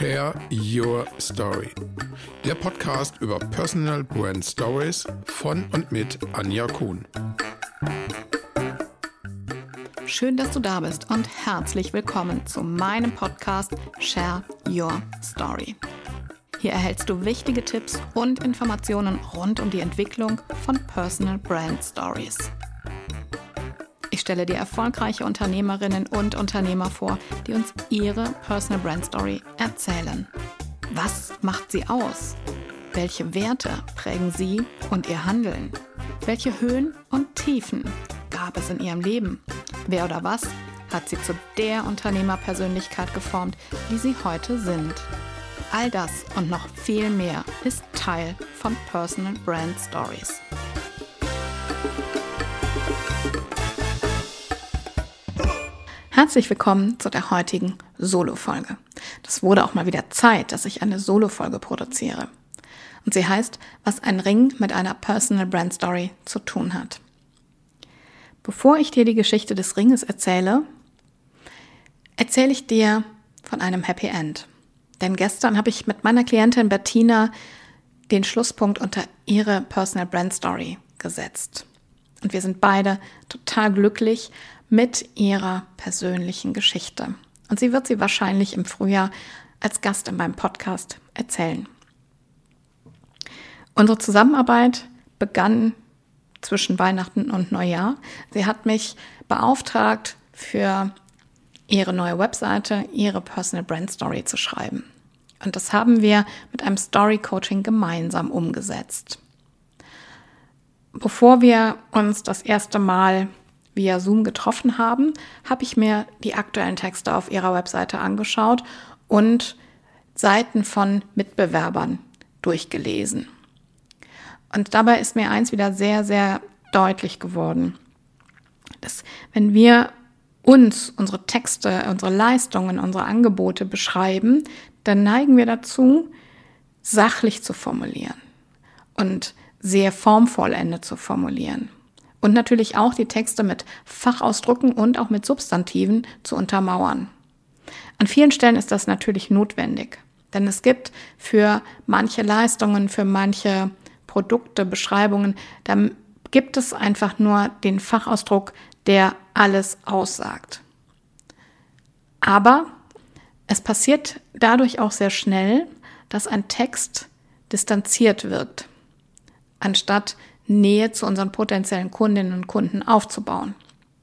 Share Your Story. Der Podcast über Personal Brand Stories von und mit Anja Kuhn. Schön, dass du da bist und herzlich willkommen zu meinem Podcast Share Your Story. Hier erhältst du wichtige Tipps und Informationen rund um die Entwicklung von Personal Brand Stories. Ich stelle dir erfolgreiche Unternehmerinnen und Unternehmer vor, die uns ihre Personal Brand Story erzählen. Was macht sie aus? Welche Werte prägen sie und ihr Handeln? Welche Höhen und Tiefen gab es in ihrem Leben? Wer oder was hat sie zu der Unternehmerpersönlichkeit geformt, die sie heute sind? All das und noch viel mehr ist Teil von Personal Brand Stories. Herzlich willkommen zu der heutigen Solo-Folge. Das wurde auch mal wieder Zeit, dass ich eine Solo-Folge produziere. Und sie heißt, was ein Ring mit einer Personal Brand Story zu tun hat. Bevor ich dir die Geschichte des Ringes erzähle ich dir von einem Happy End. Denn gestern habe ich mit meiner Klientin Bettina den Schlusspunkt unter ihre Personal Brand Story gesetzt. Und wir sind beide total glücklich mit ihrer persönlichen Geschichte. Und sie wird sie wahrscheinlich im Frühjahr als Gast in meinem Podcast erzählen. Unsere Zusammenarbeit begann zwischen Weihnachten und Neujahr. Sie hat mich beauftragt, für ihre neue Webseite ihre Personal Brand Story zu schreiben. Und das haben wir mit einem Story Coaching gemeinsam umgesetzt. Bevor wir uns das erste Mal via Zoom getroffen haben, habe ich mir die aktuellen Texte auf ihrer Webseite angeschaut und Seiten von Mitbewerbern durchgelesen. Und dabei ist mir eins wieder sehr, sehr deutlich geworden, dass wenn wir unsere Texte, unsere Leistungen, unsere Angebote beschreiben, dann neigen wir dazu, sachlich zu formulieren und sehr formvollendet zu formulieren. Und natürlich auch die Texte mit Fachausdrücken und auch mit Substantiven zu untermauern. An vielen Stellen ist das natürlich notwendig, denn es gibt für manche Leistungen, für manche Produkte, Beschreibungen, da gibt es einfach nur den Fachausdruck, der alles aussagt. Aber es passiert dadurch auch sehr schnell, dass ein Text distanziert wirkt, anstatt Nähe zu unseren potenziellen Kundinnen und Kunden aufzubauen.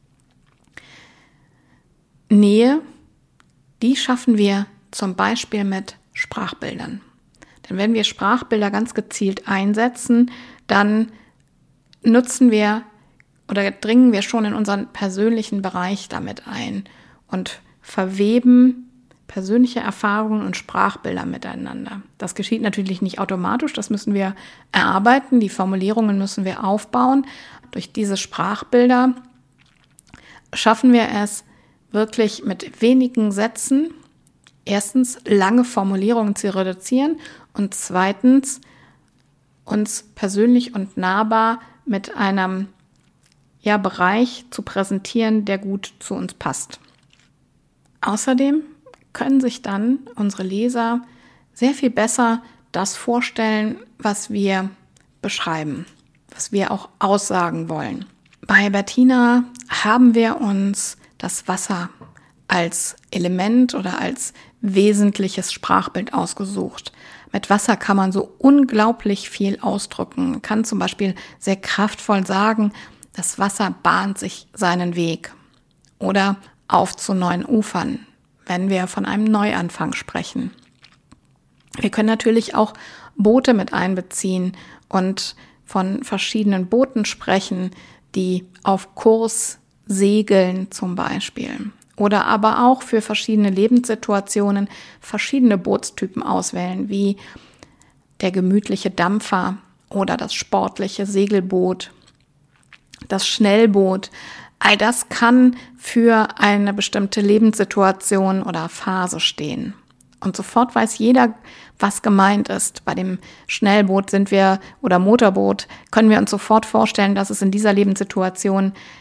Nähe, die schaffen wir zum Beispiel mit Sprachbildern. Denn wenn wir Sprachbilder ganz gezielt einsetzen, dann nutzen wir oder dringen wir schon in unseren persönlichen Bereich damit ein und verweben persönliche Erfahrungen und Sprachbilder miteinander. Das geschieht natürlich nicht automatisch, das müssen wir erarbeiten, die Formulierungen müssen wir aufbauen. Durch diese Sprachbilder schaffen wir es wirklich mit wenigen Sätzen, erstens lange Formulierungen zu reduzieren und zweitens uns persönlich und nahbar mit einem Bereich zu präsentieren, der gut zu uns passt. Außerdem können sich dann unsere Leser sehr viel besser das vorstellen, was wir beschreiben, was wir auch aussagen wollen. Bei Bettina haben wir uns das Wasser als Element oder als wesentliches Sprachbild ausgesucht. Mit Wasser kann man so unglaublich viel ausdrücken. Man kann zum Beispiel sehr kraftvoll sagen, das Wasser bahnt sich seinen Weg oder auf zu neuen Ufern, wenn wir von einem Neuanfang sprechen. Wir können natürlich auch Boote mit einbeziehen und von verschiedenen Booten sprechen, die auf Kurs segeln zum Beispiel. Oder aber auch für verschiedene Lebenssituationen verschiedene Bootstypen auswählen, wie der gemütliche Dampfer oder das sportliche Segelboot, das Schnellboot. All das kann für eine bestimmte Lebenssituation oder Phase stehen. Und sofort weiß jeder, was gemeint ist. Bei dem Schnellboot oder Motorboot können wir uns sofort vorstellen, dass es in dieser Lebenssituation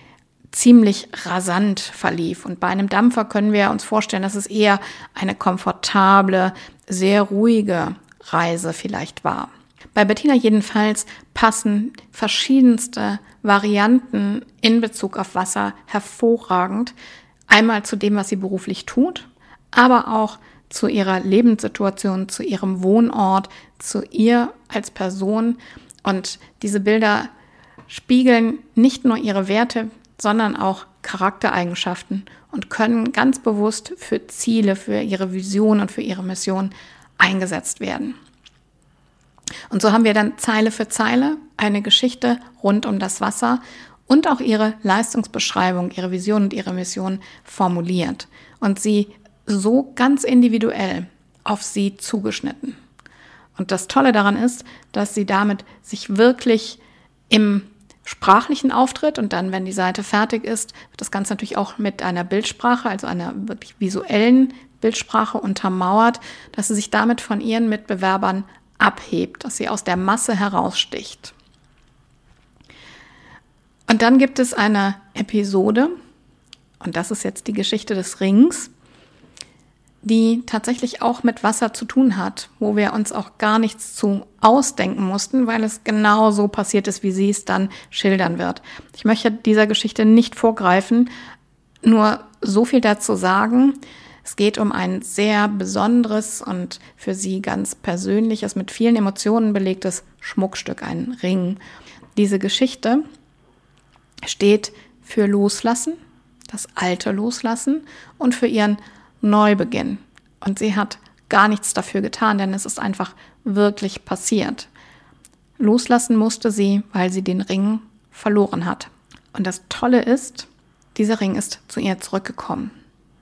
ziemlich rasant verlief. Und bei einem Dampfer können wir uns vorstellen, dass es eher eine komfortable, sehr ruhige Reise vielleicht war. Bei Bettina jedenfalls passen verschiedenste Varianten in Bezug auf Wasser hervorragend. Einmal zu dem, was sie beruflich tut, aber auch zu ihrer Lebenssituation, zu ihrem Wohnort, zu ihr als Person. Und diese Bilder spiegeln nicht nur ihre Werte, sondern auch Charaktereigenschaften und können ganz bewusst für Ziele, für ihre Vision und für ihre Mission eingesetzt werden. Und so haben wir dann Zeile für Zeile eine Geschichte rund um das Wasser und auch ihre Leistungsbeschreibung, ihre Vision und ihre Mission formuliert und sie so ganz individuell auf sie zugeschnitten. Und das Tolle daran ist, dass sie damit sich wirklich im sprachlichen Auftritt und dann, wenn die Seite fertig ist, wird das Ganze natürlich auch mit einer Bildsprache, also einer wirklich visuellen Bildsprache untermauert, dass sie sich damit von ihren Mitbewerbern abhebt, dass sie aus der Masse heraussticht. Und dann gibt es eine Episode, und das ist jetzt die Geschichte des Rings, die tatsächlich auch mit Wasser zu tun hat, wo wir uns auch gar nichts zu ausdenken mussten, weil es genau so passiert ist, wie sie es dann schildern wird. Ich möchte dieser Geschichte nicht vorgreifen, nur so viel dazu sagen. Es geht um ein sehr besonderes und für sie ganz persönliches, mit vielen Emotionen belegtes Schmuckstück, ein Ring. Diese Geschichte steht für Loslassen, das alte Loslassen und für ihren Neubeginn. Und sie hat gar nichts dafür getan, denn es ist einfach wirklich passiert. Loslassen musste sie, weil sie den Ring verloren hat. Und das Tolle ist, dieser Ring ist zu ihr zurückgekommen.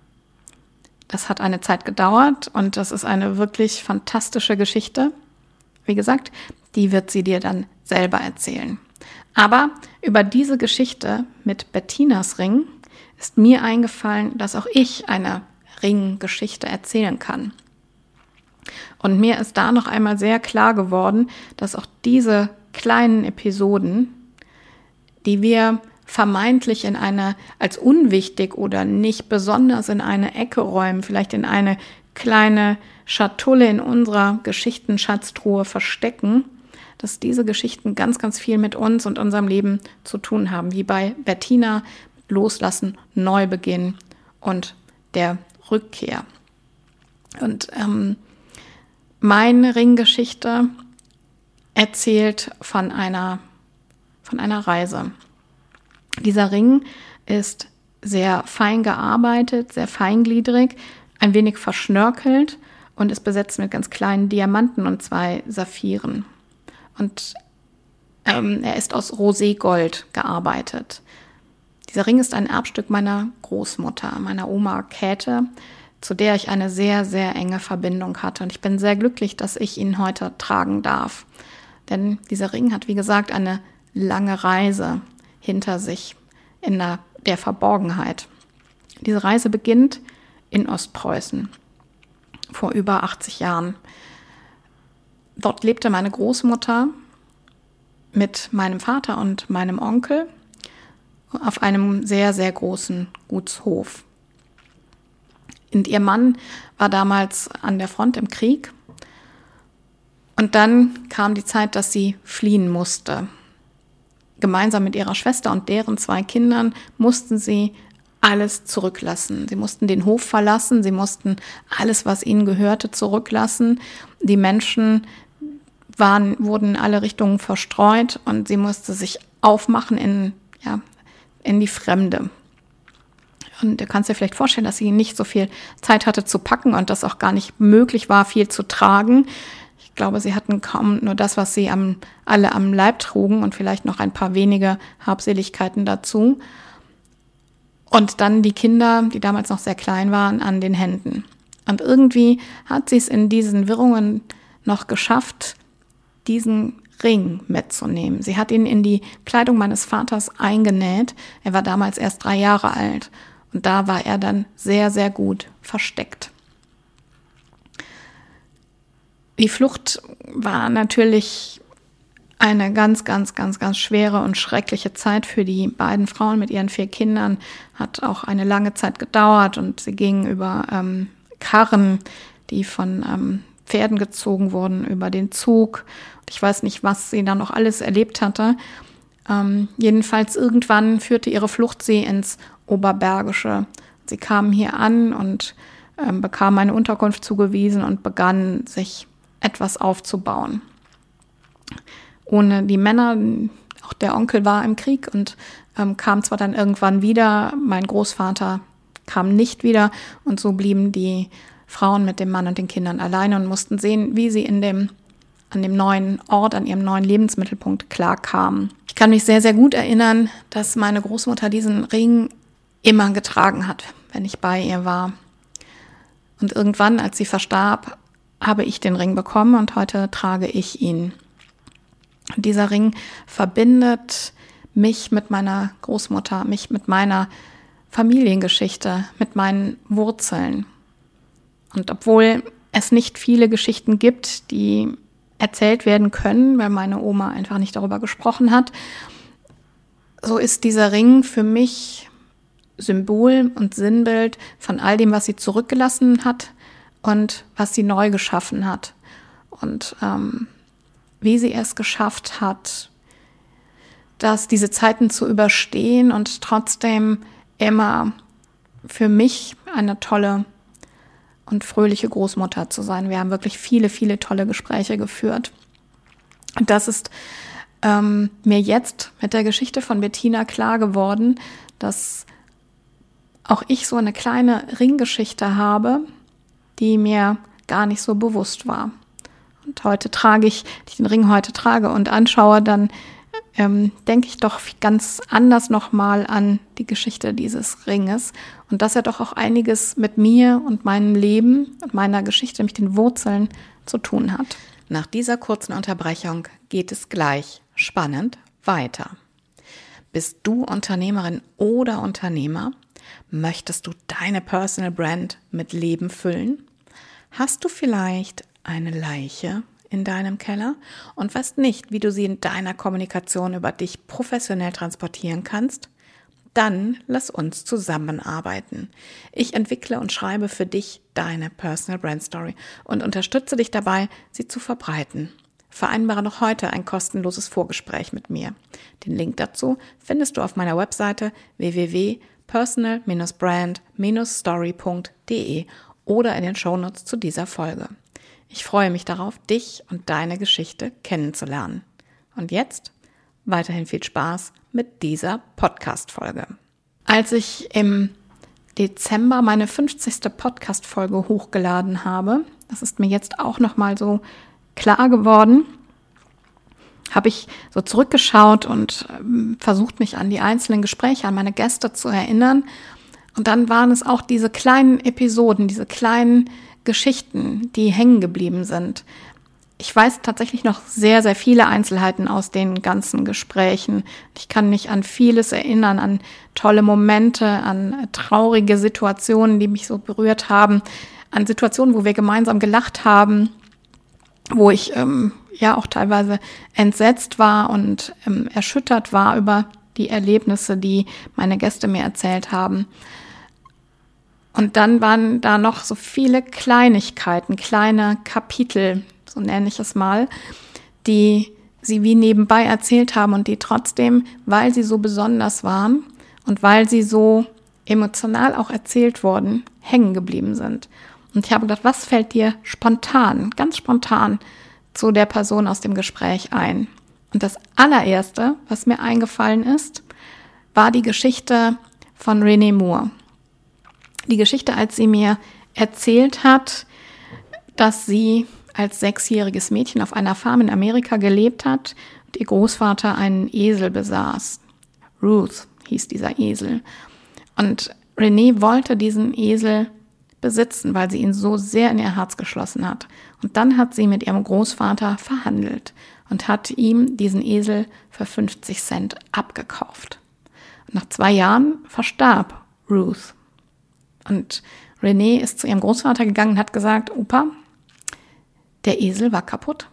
Das hat eine Zeit gedauert und das ist eine wirklich fantastische Geschichte. Wie gesagt, die wird sie dir dann selber erzählen. Aber über diese Geschichte mit Bettinas Ring ist mir eingefallen, dass auch ich eine Ringgeschichte erzählen kann. Und mir ist da noch einmal sehr klar geworden, dass auch diese kleinen Episoden, die wir vermeintlich in eine als unwichtig oder nicht besonders in eine Ecke räumen, vielleicht in eine kleine Schatulle in unserer Geschichtenschatztruhe verstecken, dass diese Geschichten ganz, ganz viel mit uns und unserem Leben zu tun haben, wie bei Bettina, Loslassen, Neubeginn und der Rückkehr. Und meine Ringgeschichte erzählt von einer Reise. Dieser Ring ist sehr fein gearbeitet, sehr feingliedrig, ein wenig verschnörkelt und ist besetzt mit ganz kleinen Diamanten und 2 Saphiren. Und er ist aus Roségold gearbeitet. Dieser Ring ist ein Erbstück meiner Großmutter, meiner Oma Käthe, zu der ich eine sehr, sehr enge Verbindung hatte. Und ich bin sehr glücklich, dass ich ihn heute tragen darf. Denn dieser Ring hat, wie gesagt, eine lange Reise hinter sich in der Verborgenheit. Diese Reise beginnt in Ostpreußen vor über 80 Jahren. Dort lebte meine Großmutter mit meinem Vater und meinem Onkel auf einem sehr, sehr großen Gutshof. Und ihr Mann war damals an der Front im Krieg. Und dann kam die Zeit, dass sie fliehen musste. Gemeinsam mit ihrer Schwester und deren 2 Kindern mussten sie alles zurücklassen. Sie mussten den Hof verlassen, sie mussten alles, was ihnen gehörte, zurücklassen. Die Menschen wurden in alle Richtungen verstreut und sie musste sich aufmachen in die Fremde. Und du kannst dir vielleicht vorstellen, dass sie nicht so viel Zeit hatte zu packen und das auch gar nicht möglich war, viel zu tragen. Ich glaube, sie hatten kaum nur das, was sie alle am Leib trugen und vielleicht noch ein paar wenige Habseligkeiten dazu. Und dann die Kinder, die damals noch sehr klein waren, an den Händen. Und irgendwie hat sie es in diesen Wirrungen noch geschafft, diesen Ring mitzunehmen. Sie hat ihn in die Kleidung meines Vaters eingenäht. Er war damals erst 3 Jahre alt. Und da war er dann sehr, sehr gut versteckt. Die Flucht war natürlich eine ganz, ganz, ganz, ganz schwere und schreckliche Zeit für die beiden Frauen mit ihren 4 Kindern. Hat auch eine lange Zeit gedauert und sie gingen über Karren, die von Pferden gezogen wurden, über den Zug. Ich weiß nicht, was sie da noch alles erlebt hatte. Jedenfalls irgendwann führte ihre Flucht sie ins Oberbergische. Sie kamen hier an und bekamen eine Unterkunft zugewiesen und begannen, sich etwas aufzubauen. Ohne die Männer, auch der Onkel war im Krieg und kam zwar dann irgendwann wieder, mein Großvater kam nicht wieder und so blieben die Frauen mit dem Mann und den Kindern alleine und mussten sehen, wie sie an dem neuen Ort, an ihrem neuen Lebensmittelpunkt klarkamen. Ich kann mich sehr, sehr gut erinnern, dass meine Großmutter diesen Ring immer getragen hat, wenn ich bei ihr war. Und irgendwann, als sie verstarb, habe ich den Ring bekommen und heute trage ich ihn. Und dieser Ring verbindet mich mit meiner Großmutter, mich mit meiner Familiengeschichte, mit meinen Wurzeln. Und obwohl es nicht viele Geschichten gibt, die erzählt werden können, weil meine Oma einfach nicht darüber gesprochen hat, so ist dieser Ring für mich Symbol und Sinnbild von all dem, was sie zurückgelassen hat und was sie neu geschaffen hat. Und wie sie es geschafft hat, diese Zeiten zu überstehen und trotzdem immer für mich eine tolle und fröhliche Großmutter zu sein. Wir haben wirklich viele, viele tolle Gespräche geführt. Und das ist mir jetzt mit der Geschichte von Bettina klar geworden, dass auch ich so eine kleine Ringgeschichte habe, die mir gar nicht so bewusst war. Und heute ich den Ring heute trage und anschaue, dann denke ich doch ganz anders nochmal an die Geschichte dieses Ringes und dass er doch auch einiges mit mir und meinem Leben und meiner Geschichte, nämlich den Wurzeln, zu tun hat. Nach dieser kurzen Unterbrechung geht es gleich spannend weiter. Bist du Unternehmerin oder Unternehmer? Möchtest du deine Personal Brand mit Leben füllen? Hast du vielleicht eine Leiche in deinem Keller und weißt nicht, wie du sie in deiner Kommunikation über dich professionell transportieren kannst? Dann lass uns zusammenarbeiten. Ich entwickle und schreibe für dich deine Personal Brand Story und unterstütze dich dabei, sie zu verbreiten. Vereinbare noch heute ein kostenloses Vorgespräch mit mir. Den Link dazu findest du auf meiner Webseite www.personal-brand-story.de oder in den Shownotes zu dieser Folge. Ich freue mich darauf, dich und deine Geschichte kennenzulernen. Und jetzt weiterhin viel Spaß mit dieser Podcast-Folge. Als ich im Dezember meine 50. Podcast-Folge hochgeladen habe, das ist mir jetzt auch nochmal so klar geworden, habe ich so zurückgeschaut und versucht, mich an die einzelnen Gespräche, an meine Gäste zu erinnern. Und dann waren es auch diese kleinen Episoden, diese kleinen Geschichten, die hängen geblieben sind. Ich weiß tatsächlich noch sehr, sehr viele Einzelheiten aus den ganzen Gesprächen. Ich kann mich an vieles erinnern, an tolle Momente, an traurige Situationen, die mich so berührt haben, an Situationen, wo wir gemeinsam gelacht haben, wo ich auch teilweise entsetzt war und erschüttert war über die Erlebnisse, die meine Gäste mir erzählt haben. Und dann waren da noch so viele Kleinigkeiten, kleine Kapitel, so nenne ich es mal, die sie wie nebenbei erzählt haben und die trotzdem, weil sie so besonders waren und weil sie so emotional auch erzählt wurden, hängen geblieben sind. Und ich habe gedacht, was fällt dir spontan, ganz spontan zu der Person aus dem Gespräch ein? Und das allererste, was mir eingefallen ist, war die Geschichte von Renee Moore. Die Geschichte, als sie mir erzählt hat, dass sie als 6-jähriges Mädchen auf einer Farm in Amerika gelebt hat und ihr Großvater einen Esel besaß. Ruth hieß dieser Esel. Und Renee wollte diesen Esel besitzen, weil sie ihn so sehr in ihr Herz geschlossen hat. Und dann hat sie mit ihrem Großvater verhandelt und hat ihm diesen Esel für 50 Cent abgekauft. Und nach 2 Jahren verstarb Ruth. Und Renee ist zu ihrem Großvater gegangen und hat gesagt, Opa, der Esel war kaputt.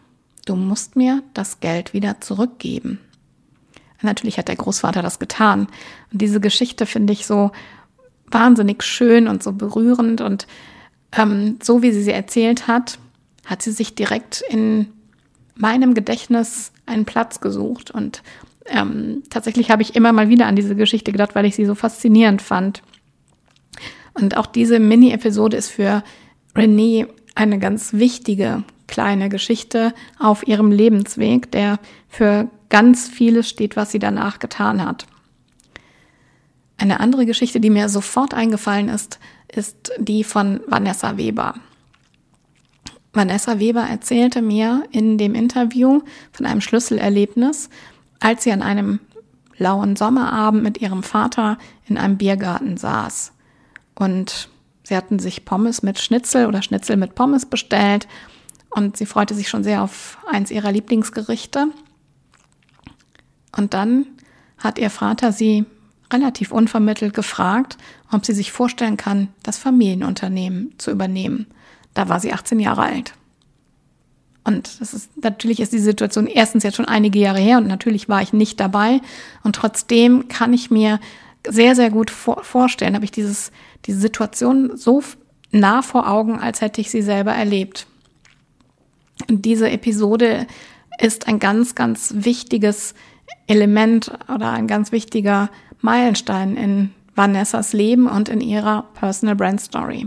du musst mir das Geld wieder zurückgeben. Und natürlich hat der Großvater das getan. Und diese Geschichte finde ich so wahnsinnig schön und so berührend. Und so wie sie erzählt hat, hat sie sich direkt in meinem Gedächtnis einen Platz gesucht. Und tatsächlich habe ich immer mal wieder an diese Geschichte gedacht, weil ich sie so faszinierend fand. Und auch diese Mini-Episode ist für Renee eine ganz wichtige kleine Geschichte auf ihrem Lebensweg, der für ganz vieles steht, was sie danach getan hat. Eine andere Geschichte, die mir sofort eingefallen ist, ist die von Vanessa Weber. Vanessa Weber erzählte mir in dem Interview von einem Schlüsselerlebnis, als sie an einem lauen Sommerabend mit ihrem Vater in einem Biergarten saß. Und sie hatten sich Pommes mit Schnitzel oder Schnitzel mit Pommes bestellt und sie freute sich schon sehr auf eins ihrer Lieblingsgerichte. Und dann hat ihr Vater sie relativ unvermittelt gefragt, ob sie sich vorstellen kann, das Familienunternehmen zu übernehmen. Da war sie 18 Jahre alt. Und natürlich ist die Situation erstens jetzt schon einige Jahre her und natürlich war ich nicht dabei. Und trotzdem kann ich mir sehr, sehr gut vorstellen, habe ich diese Situation so nah vor Augen, als hätte ich sie selber erlebt. Und diese Episode ist ein ganz, ganz wichtiges Element oder ein ganz wichtiger Meilenstein in Vanessas Leben und in ihrer Personal Brand Story.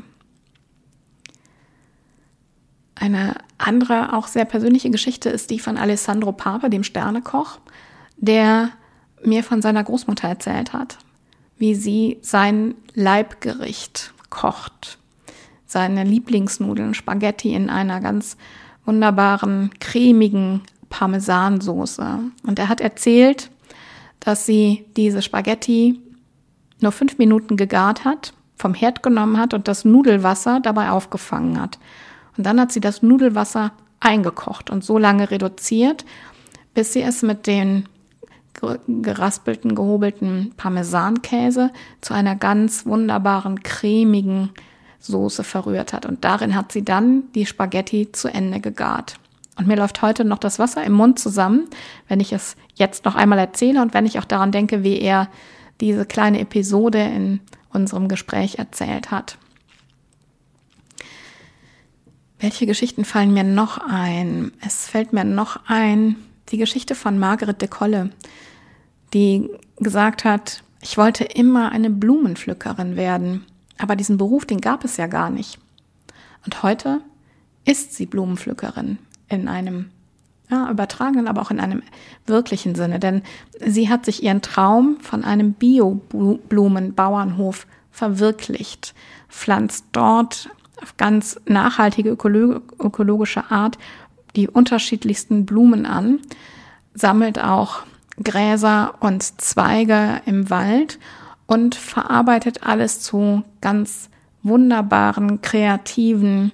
Eine andere, auch sehr persönliche Geschichte ist die von Alessandro Pape, dem Sternekoch, der mir von seiner Großmutter erzählt hat, wie sie sein Leibgericht kocht. Seine Lieblingsnudeln, Spaghetti in einer ganz wunderbaren, cremigen Parmesansoße. Und er hat erzählt, dass sie diese Spaghetti nur 5 Minuten gegart hat, vom Herd genommen hat und das Nudelwasser dabei aufgefangen hat. Und dann hat sie das Nudelwasser eingekocht und so lange reduziert, bis sie es mit den geraspelten, gehobelten Parmesankäse zu einer ganz wunderbaren, cremigen Soße verrührt hat. Und darin hat sie dann die Spaghetti zu Ende gegart. Und mir läuft heute noch das Wasser im Mund zusammen, wenn ich es jetzt noch einmal erzähle und wenn ich auch daran denke, wie er diese kleine Episode in unserem Gespräch erzählt hat. Welche Geschichten fallen mir noch ein? Es fällt mir noch ein, die Geschichte von Margaret de Colle, die gesagt hat, ich wollte immer eine Blumenpflückerin werden, aber diesen Beruf, den gab es ja gar nicht. Und heute ist sie Blumenpflückerin in einem übertragenen, aber auch in einem wirklichen Sinne, denn sie hat sich ihren Traum von einem Bio-Blumenbauernhof verwirklicht, pflanzt dort auf ganz nachhaltige ökologische Art die unterschiedlichsten Blumen an, sammelt auch Gräser und Zweige im Wald und verarbeitet alles zu ganz wunderbaren, kreativen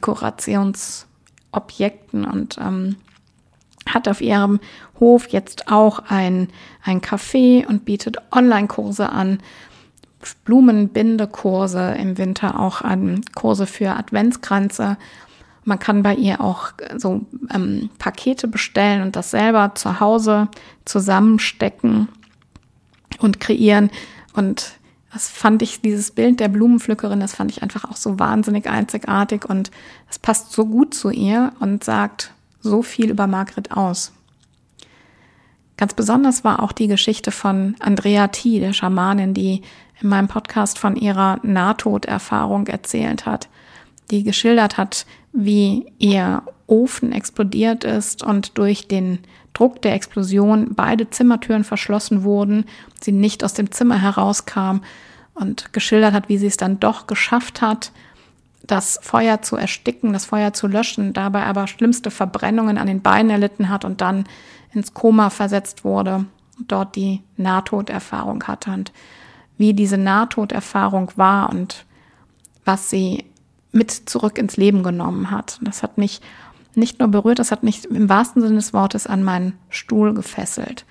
Dekorationsobjekten und hat auf ihrem Hof jetzt auch ein Café und bietet Online-Kurse an, Blumenbindekurse im Winter, auch an Kurse für Adventskränze. Man kann bei ihr auch so Pakete bestellen und das selber zu Hause zusammenstecken und kreieren. Und das fand ich, dieses Bild der Blumenpflückerin, das fand ich einfach auch so wahnsinnig einzigartig und es passt so gut zu ihr und sagt so viel über Margret aus. Ganz besonders war auch die Geschichte von Andrea T., der Schamanin, die in meinem Podcast von ihrer Nahtoderfahrung erzählt hat, die geschildert hat, wie ihr Ofen explodiert ist und durch den Druck der Explosion beide Zimmertüren verschlossen wurden, sie nicht aus dem Zimmer herauskam und geschildert hat, wie sie es dann doch geschafft hat, das Feuer zu ersticken, das Feuer zu löschen, dabei aber schlimmste Verbrennungen an den Beinen erlitten hat und dann ins Koma versetzt wurde und dort die Nahtoderfahrung hatte und wie diese Nahtoderfahrung war und was sie mit zurück ins Leben genommen hat. Und das hat mich nicht nur berührt, das hat mich im wahrsten Sinne des Wortes an meinen Stuhl gefesselt.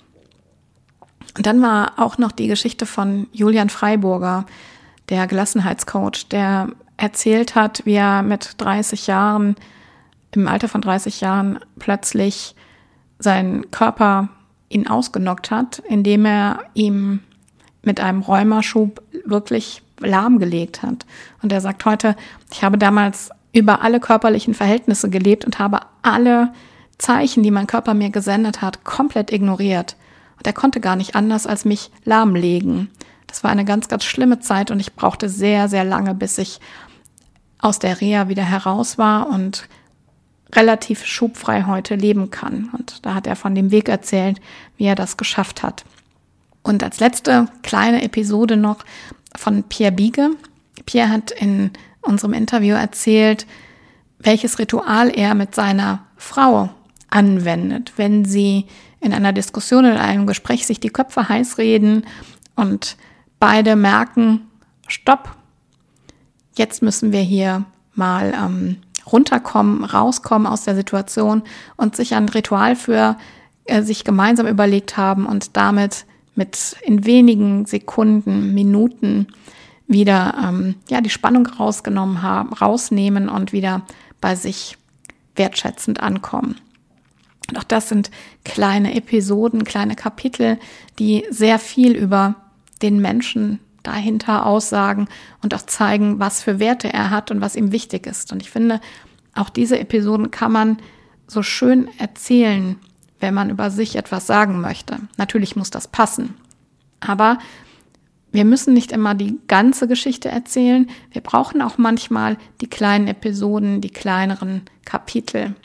Und dann war auch noch die Geschichte von Julian Freiburger, der Gelassenheitscoach, der erzählt hat, wie er mit 30 Jahren im Alter von 30 Jahren plötzlich sein Körper ihn ausgenockt hat, indem er ihm mit einem Rheumaschub wirklich lahmgelegt hat. Und er sagt heute, ich habe damals über alle körperlichen Verhältnisse gelebt und habe alle Zeichen, die mein Körper mir gesendet hat, komplett ignoriert. Und er konnte gar nicht anders, als mich lahmlegen. Das war eine ganz, ganz schlimme Zeit und ich brauchte sehr, sehr lange, bis ich aus der Reha wieder heraus war und relativ schubfrei heute leben kann. Und da hat er von dem Weg erzählt, wie er das geschafft hat. Und als letzte kleine Episode noch von Pierre Biege. Pierre hat in unserem Interview erzählt, welches Ritual er mit seiner Frau anwendet, wenn sie in einer Diskussion oder einem Gespräch sich die Köpfe heiß reden und beide merken, stopp, jetzt müssen wir hier mal runterkommen, rauskommen aus der Situation und sich ein Ritual für sich gemeinsam überlegt haben und damit mit in wenigen Sekunden, Minuten wieder die Spannung rausnehmen und wieder bei sich wertschätzend ankommen. Und auch das sind kleine Episoden, kleine Kapitel, die sehr viel über den Menschen dahinter aussagen und auch zeigen, was für Werte er hat und was ihm wichtig ist. Und ich finde, auch diese Episoden kann man so schön erzählen, wenn man über sich etwas sagen möchte. Natürlich muss das passen. Aber wir müssen nicht immer die ganze Geschichte erzählen. Wir brauchen auch manchmal die kleinen Episoden, die kleineren Kapitel,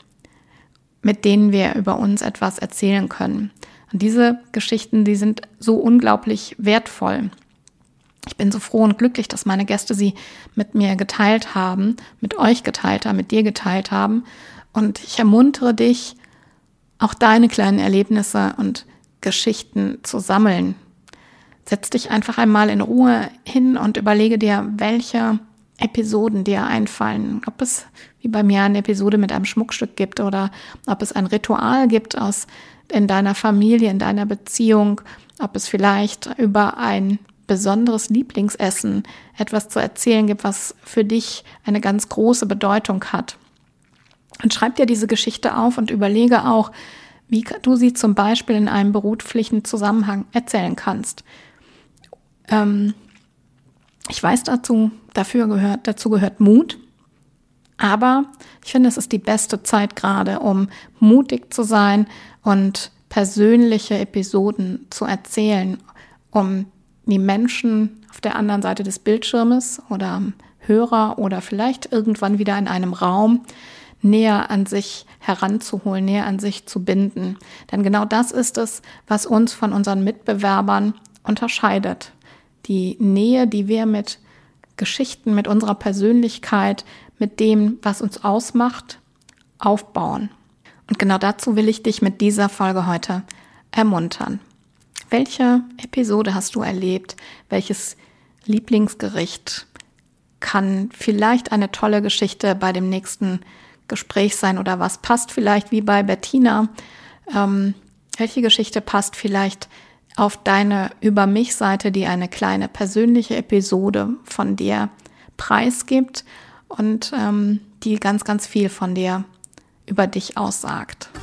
mit denen wir über uns etwas erzählen können. Und diese Geschichten, die sind so unglaublich wertvoll. Ich bin so froh und glücklich, dass meine Gäste sie mit mir geteilt haben, mit euch geteilt haben, mit dir geteilt haben. Und ich ermuntere dich, auch deine kleinen Erlebnisse und Geschichten zu sammeln. Setz dich einfach einmal in Ruhe hin und überlege dir, welche Episoden dir einfallen. Ob es wie bei mir eine Episode mit einem Schmuckstück gibt oder ob es ein Ritual gibt in deiner Familie, in deiner Beziehung, ob es vielleicht über ein besonderes Lieblingsessen etwas zu erzählen gibt, was für dich eine ganz große Bedeutung hat. Und schreib dir diese Geschichte auf und überlege auch, wie du sie zum Beispiel in einem beruflichen Zusammenhang erzählen kannst. Ich weiß, dazu gehört Mut, aber ich finde, es ist die beste Zeit gerade, um mutig zu sein und persönliche Episoden zu erzählen, um die Menschen auf der anderen Seite des Bildschirmes oder am Hörer oder vielleicht irgendwann wieder in einem Raum näher an sich heranzuholen, näher an sich zu binden. Denn genau das ist es, was uns von unseren Mitbewerbern unterscheidet. Die Nähe, die wir mit Geschichten, mit unserer Persönlichkeit, mit dem, was uns ausmacht, aufbauen. Und genau dazu will ich dich mit dieser Folge heute ermuntern. Welche Episode hast du erlebt? Welches Lieblingsgericht kann vielleicht eine tolle Geschichte bei dem nächsten Gespräch sein? Oder was passt vielleicht wie bei Bettina? Welche Geschichte passt vielleicht auf deine Über-mich-Seite, die eine kleine persönliche Episode von dir preisgibt und die ganz, ganz viel von dir über dich aussagt?